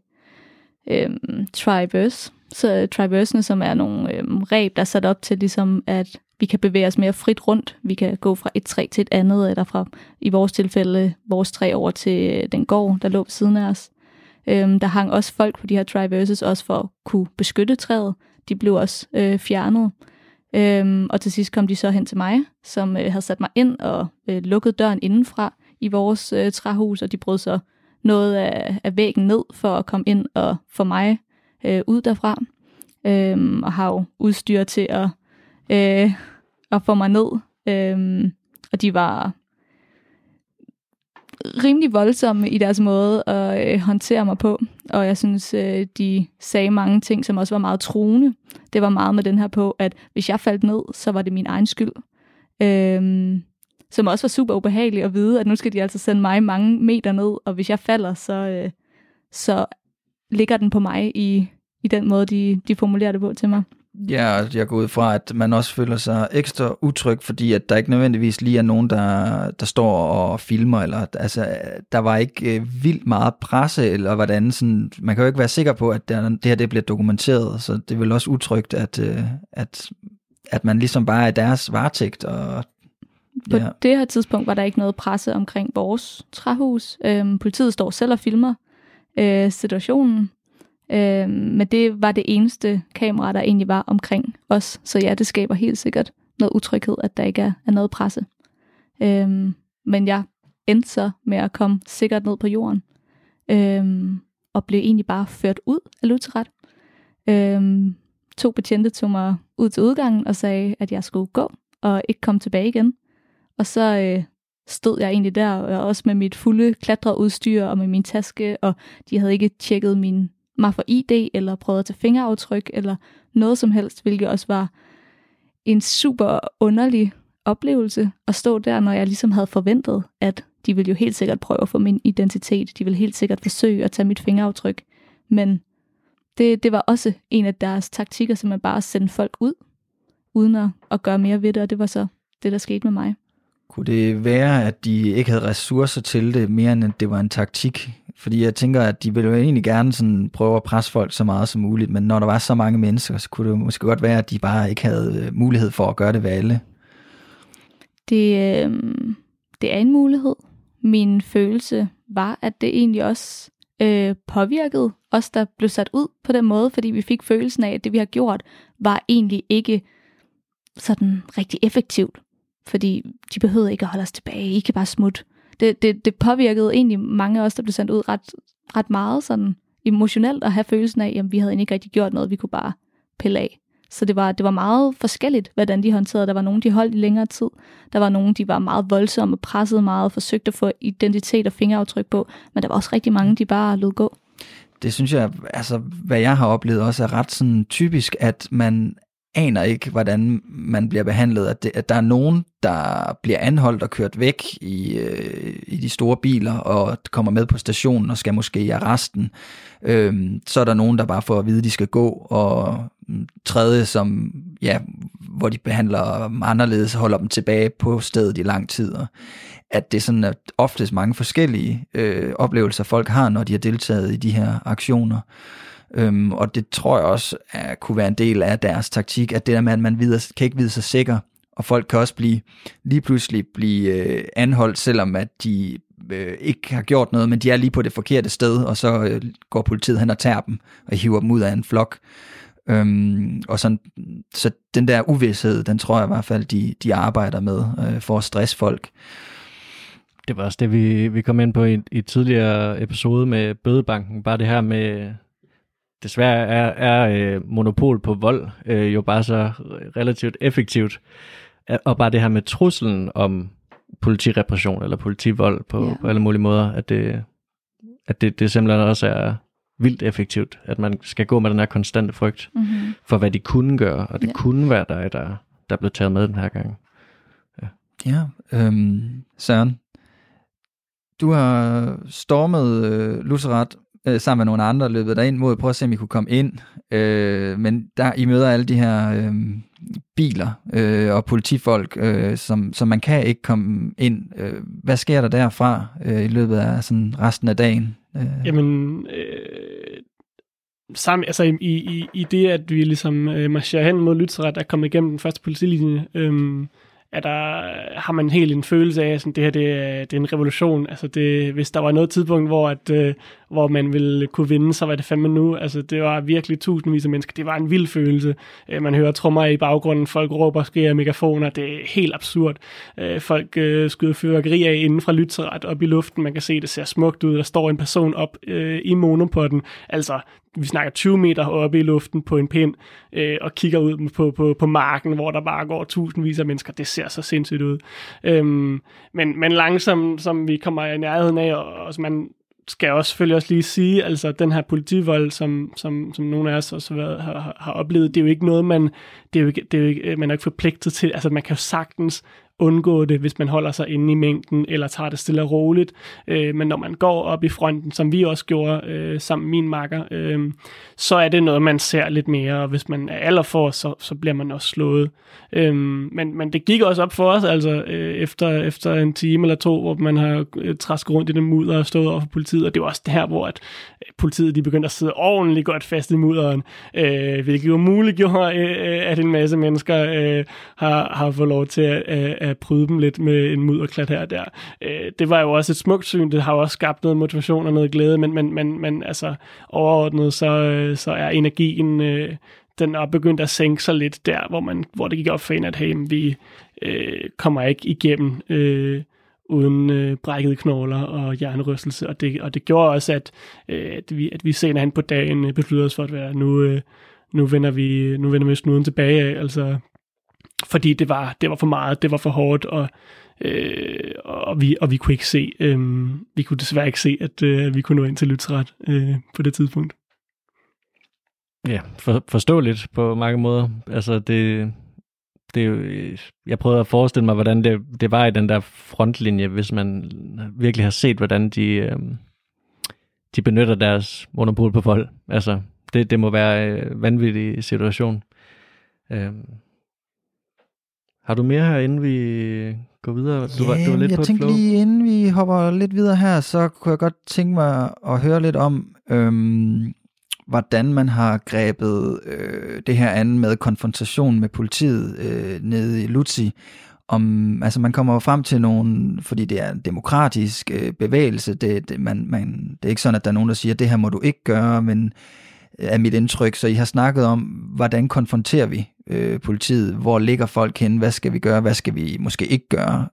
Speaker 2: Triverse. Så Triversene, som er nogle reb, der er sat op til, ligesom, at vi kan bevæge os mere frit rundt. Vi kan gå fra et træ til et andet, eller fra, i vores tilfælde, vores træ over til den gård, der lå ved siden af os. Der hang også folk på de her Triverses, også for at kunne beskytte træet. De blev også fjernet. Og til sidst kom de så hen til mig, som havde sat mig ind og lukket døren indenfra i vores træhus, og de brød så noget af væggen ned for at komme ind og få mig ud derfra. Og har jo udstyr til at få mig ned. Og de var rimelig voldsomme i deres måde at håndtere mig på. Og jeg synes, de sagde mange ting, som også var meget truende. Det var meget med den her på, at hvis jeg faldt ned, så var det min egen skyld. Som også var super ubehageligt at vide, at nu skal de altså sende mig mange meter ned, og hvis jeg falder, så ligger den på mig i den måde, de formulerer det på til mig.
Speaker 1: Ja, jeg går ud fra, at man også føler sig ekstra utryg, fordi at der ikke nødvendigvis lige er nogen, der står og filmer, eller altså, der var ikke vildt meget presse, eller hvordan, sådan, man kan jo ikke være sikker på, at det her det bliver dokumenteret, så det er vel også utrygt, at man ligesom bare er deres varetægt. Og,
Speaker 2: ja. På det her tidspunkt var der ikke noget presse omkring vores træhus. Politiet står selv og filmer situationen. Men det var det eneste kamera, der egentlig var omkring os. Så ja, det skaber helt sikkert noget utryghed, at der ikke er noget presse. Men jeg endte så med at komme sikkert ned på jorden. Og blev egentlig bare ført ud af Lutherret. 2 betjente tog mig ud til udgangen og sagde, at jeg skulle gå og ikke komme tilbage igen. Og så stod jeg egentlig der, og også med mit fulde klatreudstyr og med min taske, og de havde ikke tjekket mig for ID, eller prøvet at tage fingeraftryk, eller noget som helst, hvilket også var en super underlig oplevelse at stå der, når jeg ligesom havde forventet, at de ville jo helt sikkert prøve at få min identitet, de ville helt sikkert forsøge at tage mit fingeraftryk, men det var også en af deres taktikker, som man bare sendte folk ud, uden at gøre mere ved det, og det var så det, der skete med mig.
Speaker 1: Kunne det være, at de ikke havde ressourcer til det, mere end at det var en taktik? Fordi jeg tænker, at de ville jo egentlig gerne sådan prøve at presse folk så meget som muligt, men når der var så mange mennesker, så kunne det måske godt være, at de bare ikke havde mulighed for at gøre det ved alle.
Speaker 2: Det er en mulighed. Min følelse var, at det egentlig også påvirkede os, der blev sat ud på den måde, fordi vi fik følelsen af, at det vi har gjort, var egentlig ikke sådan rigtig effektivt. Fordi de behøvede ikke at holde os tilbage. I kan bare smutte. Det påvirkede egentlig mange af os, der blev sendt ud ret meget sådan emotionelt at have følelsen af, at vi havde ikke rigtig gjort noget, vi kunne bare pille af. Så det var meget forskelligt, hvordan de håndterede. Der var nogen, de holdt i længere tid. Der var nogen, de var meget voldsomme, pressede meget, forsøgte at få identitet og fingeraftryk på. Men der var også rigtig mange, de bare lod gå.
Speaker 1: Det synes jeg, altså hvad jeg har oplevet også er ret sådan typisk, at man aner ikke, hvordan man bliver behandlet. At der er nogen, der bliver anholdt og kørt væk i de store biler, og kommer med på stationen og skal måske i arresten. Så er der nogen, der bare får at vide, at de skal gå, og tredje, som, ja, hvor de behandler dem anderledes, holder dem tilbage på stedet i lang tid. Og at det er sådan, at oftest mange forskellige oplevelser, folk har, når de har deltaget i de her aktioner. Og det tror jeg også kunne være en del af deres taktik, at det der med, at man kan ikke vide sig sikker, og folk kan også lige pludselig blive anholdt, selvom at de ikke har gjort noget, men de er lige på det forkerte sted, og så går politiet hen og tager dem, og hiver dem ud af en flok. Og sådan, så den der uvished, den tror jeg i hvert fald, de arbejder med for at stresse folk.
Speaker 4: Det var også det, vi kom ind på i et tidligere episode med bødebanken, bare det her med, desværre er monopol på vold jo bare så relativt effektivt, og bare det her med truslen om politirepression eller politivold på alle mulige måder, at det simpelthen også er vildt effektivt, at man skal gå med den her konstante frygt for, hvad de kunne gøre, og det kunne være dig, der blev taget med den her gang.
Speaker 1: Ja, Søren, du har stormet Lutherret sammen med nogle andre, løbet derind mod at prøve at se, om I kunne komme ind. Men der I møder alle de her biler og politifolk, som man kan ikke komme ind. Hvad sker der derfra i løbet af sådan resten af dagen?
Speaker 3: Jamen, sammen, altså i det, at vi ligesom marcherer hen mod Lutherret, der kommer igennem den første politilinje, har man helt en følelse af, at det her det er en revolution. Altså hvis der var noget tidspunkt, hvor man ville kunne vinde, så var det fandme nu. Altså det var virkelig tusindvis af mennesker. Det var en vild følelse. Man hører trommer i baggrunden, folk råber, skriger megafoner. Det er helt absurd. Folk skyder fyrværkeri af inden fra Lützerath op i luften. Man kan se, det ser smukt ud. Der står en person op i monopotten. Altså vi snakker 20 meter oppe i luften på en pind, og kigger ud på marken, hvor der bare går tusindvis af mennesker. Det ser så sindssygt ud. Men langsomt, som vi kommer i nærheden af, og man skal også selvfølgelig også lige sige, altså den her politivold, som nogle af os også har oplevet, det er jo ikke noget, man er ikke forpligtet til. Altså man kan jo sagtens undgå det, hvis man holder sig inde i mængden, eller tager det stille og roligt. Men når man går op i fronten, som vi også gjorde sammen med min makker, så er det noget, man ser lidt mere, og hvis man er allerforrest, så bliver man også slået. Men det gik også op for os, altså efter en time eller to, hvor man har trasket rundt i det mudder og stået over for politiet, og det var også det her, hvor at politiet de begyndte at sidde ordentligt godt fast i mudderen, hvilket jo muliggjorde, at en masse mennesker har fået lov til at bryde dem lidt med en mudderklat her og der. Det var jo også et smukt syn, det har jo også skabt noget motivation og noget glæde, men altså overordnet, så er energien, den er begyndt at sænke sig lidt der, hvor det gik op for en, at hey, vi kommer ikke igennem uden brækkede knogler og hjernerystelse, og det gjorde også, at vi senere hen på dagen besluttede os for at være, nu vender vi snuden tilbage af, altså fordi det var for meget, det var for hårdt, og vi kunne ikke se, vi kunne desværre ikke se, at vi kunne nå ind til Lützerath på det tidspunkt.
Speaker 4: Ja, forståeligt på mange måder. Altså det er jo, jeg prøvede at forestille mig, hvordan det var i den der frontlinje, hvis man virkelig har set, hvordan de benytter deres monopol på vold. Altså det må være en vanvittig situation. Har du mere her, inden vi går videre? Du var lidt
Speaker 1: jeg
Speaker 4: på
Speaker 1: tænkte lige, inden vi hopper lidt videre her, så kunne jeg godt tænke mig at høre lidt om, hvordan man har grebet det her an med konfrontation med politiet nede i Lutzi. Altså man kommer frem til nogen, fordi det er en demokratisk bevægelse, det er ikke sådan, at der er nogen, der siger, det her må du ikke gøre, men er mit indtryk, så I har snakket om, hvordan konfronterer vi politiet, hvor ligger folk henne, hvad skal vi gøre, hvad skal vi måske ikke gøre,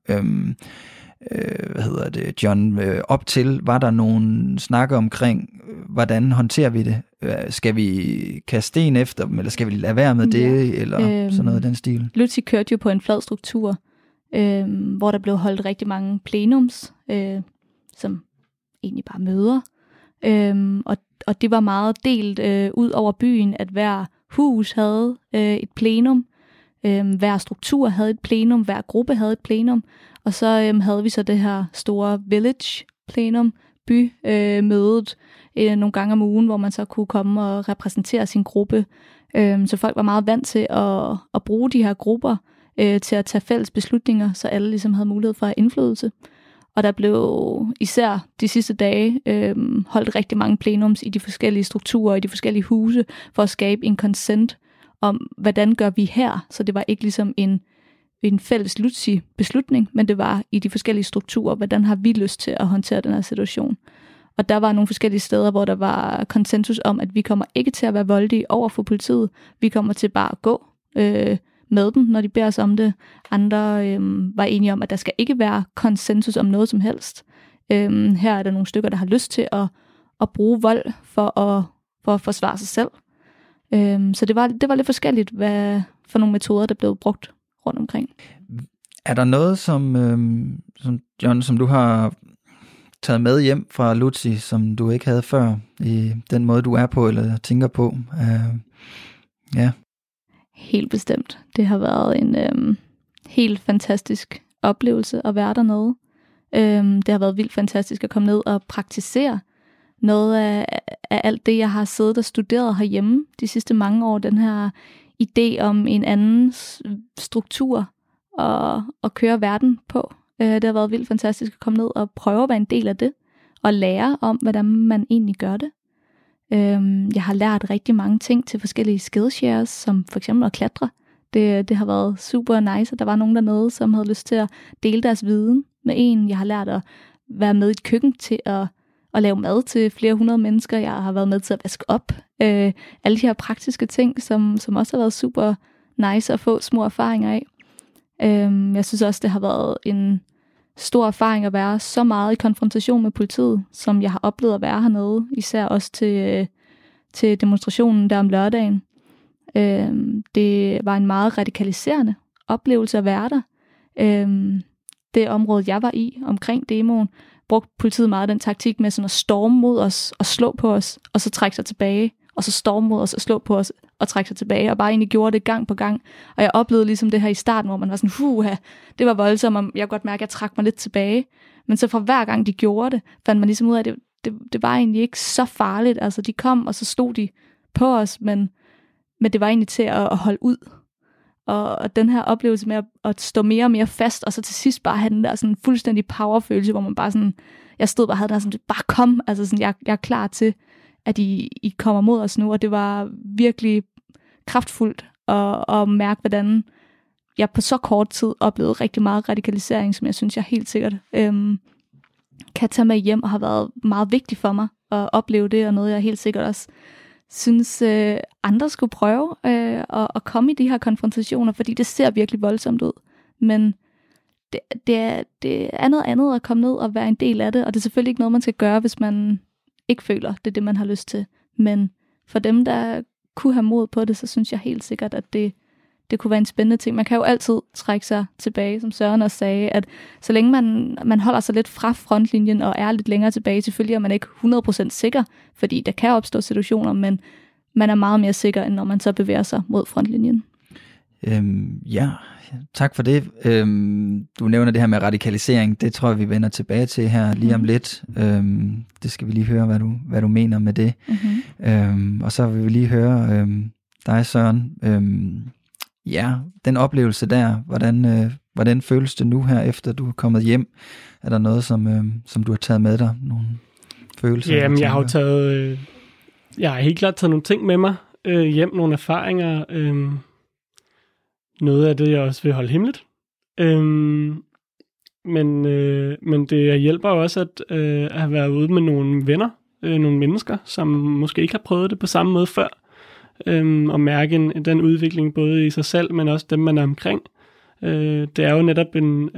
Speaker 1: John, op til, var der nogen snakke omkring, hvordan håndterer vi det? Skal vi kaste sten efter dem, eller skal vi lade være med det, eller sådan noget af den stil?
Speaker 2: Lutzi kørte jo på en flad struktur, hvor der blev holdt rigtig mange plenums, som egentlig bare møder, og det var meget delt ud over byen, at hver hus havde et plenum, hver struktur havde et plenum, hver gruppe havde et plenum, og så havde vi så det her store village plenum, bymødet, nogle gange om ugen, hvor man så kunne komme og repræsentere sin gruppe. Så folk var meget vant til at bruge de her grupper til at tage fælles beslutninger, så alle ligesom havde mulighed for at have indflydelse. Og der blev især de sidste dage holdt rigtig mange plenums i de forskellige strukturer, i de forskellige huse, for at skabe en consent om, hvordan gør vi her. Så det var ikke ligesom en fælles Lutzi-beslutning, men det var i de forskellige strukturer, hvordan har vi lyst til at håndtere den her situation. Og der var nogle forskellige steder, hvor der var konsensus om, at vi kommer ikke til at være voldelige over for politiet. Vi kommer til bare at gå med dem, når de beder os om det. Andre var enige om, at der skal ikke være konsensus om noget som helst. Her er der nogle stykker, der har lyst til at bruge vold for at forsvare sig selv. Så det var lidt forskelligt, hvad for nogle metoder, der blev brugt rundt omkring.
Speaker 1: Er der noget, som John, som du har taget med hjem fra Lutzi, som du ikke havde før, i den måde, du er på eller tænker på? Ja.
Speaker 2: Helt bestemt. Det har været en helt fantastisk oplevelse at være dernede. Det har været vildt fantastisk at komme ned og praktisere noget af alt det, jeg har siddet og studeret herhjemme de sidste mange år. Den her idé om en anden struktur og køre verden på. Det har været vildt fantastisk at komme ned og prøve at være en del af det, og lære om, hvordan man egentlig gør det. Jeg har lært rigtig mange ting til forskellige skillshares, som for eksempel at klatre. Det har været super nice, at der var nogen dernede, som havde lyst til at dele deres viden med en. Jeg har lært at være med i et køkken til at lave mad til flere hundrede mennesker. Jeg har været med til at vaske op. Alle de her praktiske ting, som også har været super nice at få små erfaringer af. Jeg synes også, det har været en stor erfaring at være så meget i konfrontation med politiet, som jeg har oplevet at være hernede, især også til demonstrationen der om lørdagen. Det var en meget radikaliserende oplevelse at være der. Det område, jeg var i omkring demoen, brugte politiet meget den taktik med sådan at storme mod os og slå på os, og så trække sig tilbage, og så storme mod os og slå på os og trække sig tilbage, og bare egentlig gjorde det gang på gang. Og jeg oplevede ligesom det her i starten, hvor man var sådan, det var voldsomt, og jeg kunne godt mærke, at jeg trak mig lidt tilbage. Men så fra hver gang de gjorde det, fandt man ligesom ud af, at det var egentlig ikke så farligt. Altså de kom, og så stod de på os, men det var egentlig til at holde ud. Og den her oplevelse med at stå mere og mere fast, og så til sidst bare have den der sådan fuldstændig powerfølelse, hvor man bare sådan, jeg stod bare og havde den der sådan, bare kom, altså sådan, jeg er klar til, at I kommer mod os nu, og det var virkelig kraftfuldt at mærke, hvordan jeg på så kort tid oplevede rigtig meget radikalisering, som jeg synes, jeg helt sikkert kan tage med hjem, og har været meget vigtigt for mig at opleve det, og noget, jeg helt sikkert også synes, andre skulle prøve at komme i de her konfrontationer, fordi det ser virkelig voldsomt ud. Men det er noget andet at komme ned og være en del af det, og det er selvfølgelig ikke noget, man skal gøre, hvis man ikke føler, det er det, man har lyst til. Men for dem, der kunne have mod på det, så synes jeg helt sikkert, at det kunne være en spændende ting. Man kan jo altid trække sig tilbage, som Søren også sagde, at så længe man holder sig lidt fra frontlinjen og er lidt længere tilbage, selvfølgelig er man ikke 100% sikker, fordi der kan opstå situationer, men man er meget mere sikker, end når man så bevæger sig mod frontlinjen.
Speaker 1: Ja, tak for det. Du nævner det her med radikalisering. Det tror jeg, vi vender tilbage til her lige om lidt. Det skal vi lige høre, hvad du mener med det. Og så vil vi lige høre dig, Søren. Ja, den oplevelse der, hvordan føles det nu her, efter du er kommet hjem? Er der noget, som du har taget med dig? Nogle følelser?
Speaker 3: Jamen, jeg har helt klart taget nogle ting med mig hjem, nogle erfaringer. Noget af det, jeg også vil holde hemmeligt. Men det hjælper også at have været ude med nogle venner, nogle mennesker, som måske ikke har prøvet det på samme måde før. Og mærke den udvikling både i sig selv, men også dem, man er omkring. Det er jo netop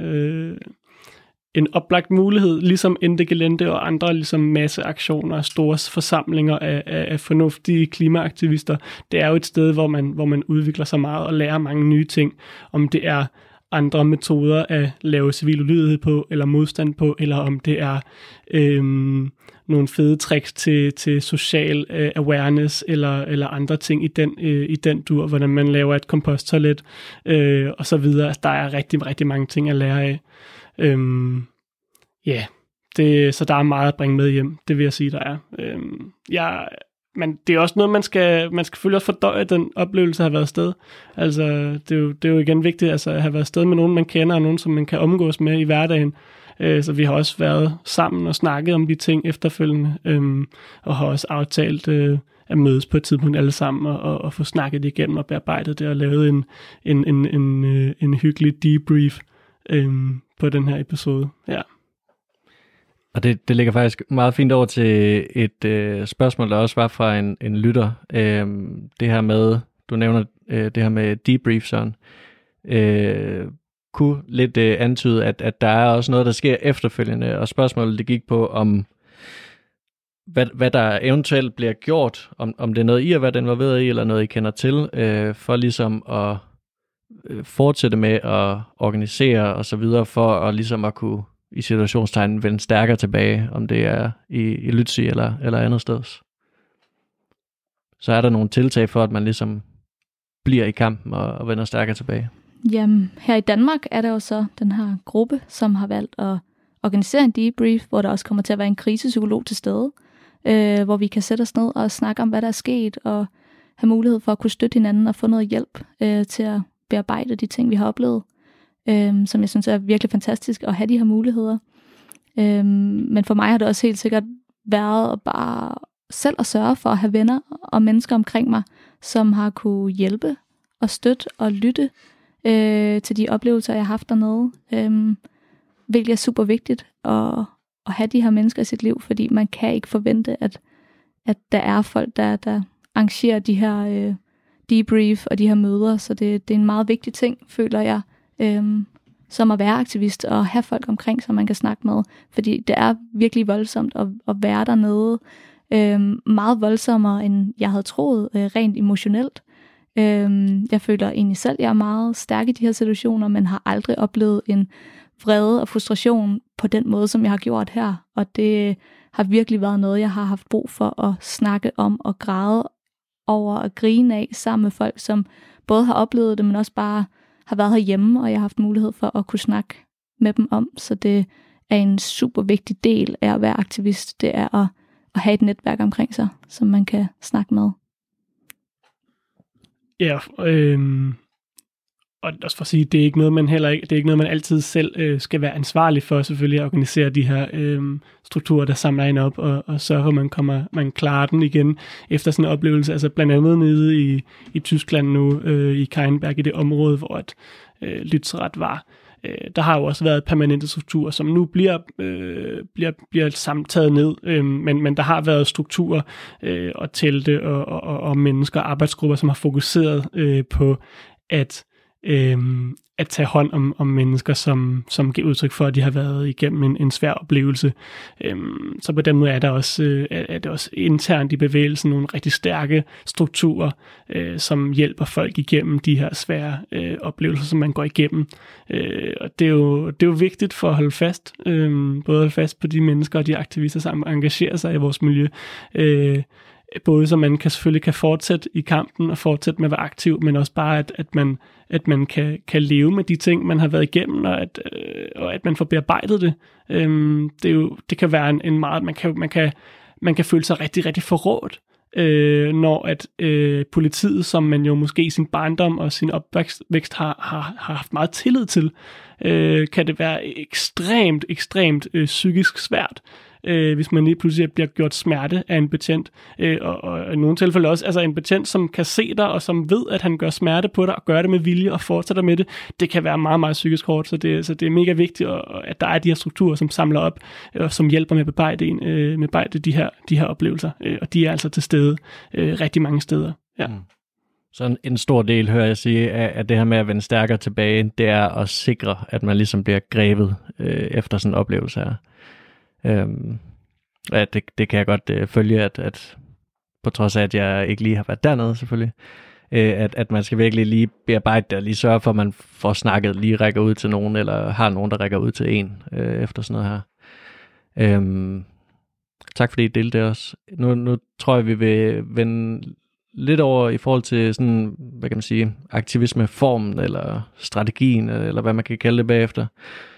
Speaker 3: en oplagt mulighed, ligesom Endegelente og andre ligesom masseaktioner og store forsamlinger af fornuftige klimaaktivister. Det er jo et sted, hvor man udvikler sig meget og lærer mange nye ting, om det er andre metoder at lave civil ulydighed på, eller modstand på, eller om det er nogle fede tricks til social awareness, eller andre ting i den dur, hvordan man laver et komposttoilet, og så videre. Altså, der er rigtig, rigtig mange ting at lære af. Så der er meget at bringe med hjem, det vil jeg sige, der er. Men det er også noget, man skal selvfølgelig også fordøje, den oplevelse at have været afsted. Altså, det er jo igen vigtigt altså, at have været afsted med nogen, man kender, og nogen, som man kan omgås med i hverdagen. Så vi har også været sammen og snakket om de ting efterfølgende, og har også aftalt at mødes på et tidspunkt alle sammen, og få snakket igennem og bearbejdet det, og lavet en hyggelig debrief på den her episode. Ja.
Speaker 4: Og det ligger faktisk meget fint over til et spørgsmål, der også var fra en lytter. Det her med, du nævner det her med debrief, Søren. Kunne lidt antyde, at der er også noget, der sker efterfølgende, og spørgsmålet det gik på, om hvad der eventuelt bliver gjort, om det er noget, I har været involveret i, eller noget, I kender til, for ligesom at fortsætte med at organisere og så videre, for at ligesom at kunne i situationstegnen vende stærkere tilbage, om det er i Lützi eller andet sted. Så er der nogle tiltag for, at man ligesom bliver i kampen og vender stærkere tilbage. Jamen,
Speaker 2: her i Danmark er der jo så den her gruppe, som har valgt at organisere en debrief, hvor der også kommer til at være en krisepsykolog til stede, hvor vi kan sætte os ned og snakke om, hvad der er sket, og have mulighed for at kunne støtte hinanden og få noget hjælp til at bearbejde de ting, vi har oplevet. Som jeg synes er virkelig fantastisk at have de her muligheder. Men for mig har det også helt sikkert været bare selv at sørge for at have venner og mennesker omkring mig, som har kunne hjælpe og støtte og lytte til de oplevelser, jeg har haft dernede. Hvilket er super vigtigt at have de her mennesker i sit liv, fordi man kan ikke forvente, at der er folk, der arrangerer de her debrief og de her møder, så det er en meget vigtig ting, føler jeg, som at være aktivist og have folk omkring, som man kan snakke med, fordi det er virkelig voldsomt at være dernede, meget voldsommere, end jeg havde troet, rent emotionelt. Jeg føler egentlig selv, at jeg er meget stærk i de her situationer, men har aldrig oplevet en vrede og frustration på den måde, som jeg har gjort her, og det har virkelig været noget, jeg har haft brug for at snakke om og græde over og grine af sammen med folk, som både har oplevet det, men også bare har været herhjemme, og jeg har haft mulighed for at kunne snakke med dem om, så det er en super vigtig del af at være aktivist, det er at have et netværk omkring sig, som man kan snakke med.
Speaker 3: Ja, og også for at sige, det er ikke noget, man altid selv skal være ansvarlig for, selvfølgelig at organisere de her strukturer, der samler en op og sørger for, at man klarer den igen efter sådan en oplevelse. Altså blandt andet nede i Tyskland nu, i Keinberg, i det område, hvor Lützerath var. Der har jo også været permanente strukturer, som nu bliver samtaget ned, men der har været strukturer og telte og mennesker og arbejdsgrupper, som har fokuseret på at tage hånd om mennesker, som giver udtryk for, at de har været igennem en svær oplevelse. Så på den måde er det også internt i bevægelsen nogle rigtig stærke strukturer, som hjælper folk igennem de her svære oplevelser, som man går igennem. Og det er jo vigtigt for at holde fast, både holde fast på de mennesker og de aktivister, som engagerer sig i vores miljø, både så man selvfølgelig kan fortsætte i kampen og fortsætte med at være aktiv, men også bare, at man kan leve med de ting, man har været igennem, og at man får bearbejdet det. Det kan være en meget, man kan føle sig rigtig, rigtig forrådt, når at politiet, som man jo måske i sin barndom og sin opvækst har haft meget tillid til, kan det være ekstremt psykisk svært, hvis man lige pludselig bliver gjort smerte af en betjent, og i nogle tilfælde også, altså en betjent, som kan se dig, og som ved, at han gør smerte på dig, og gør det med vilje, og fortsætter med det, det kan være meget, meget psykisk hårdt, så det er mega vigtigt, at der er de her strukturer, som samler op, og som hjælper med at bearbejde de her oplevelser, og de er altså til stede rigtig mange steder. Ja.
Speaker 4: Så en stor del, hører jeg sige, af det her med at vende stærkere tilbage, det er at sikre, at man ligesom bliver grebet efter sådan en oplevelse her. Det kan jeg godt følge, at på trods af, at jeg ikke lige har været dernede selvfølgelig, at man skal virkelig lige bearbejde det, og lige sørge for, at man får snakket, lige rækker ud til nogen, eller har nogen, der rækker ud til en, efter sådan noget her. Tak fordi I delte det også. Nu tror jeg, vi vil vende lidt over i forhold til sådan, hvad kan man sige, aktivismeformen, eller strategien, eller hvad man kan kalde det bagefter.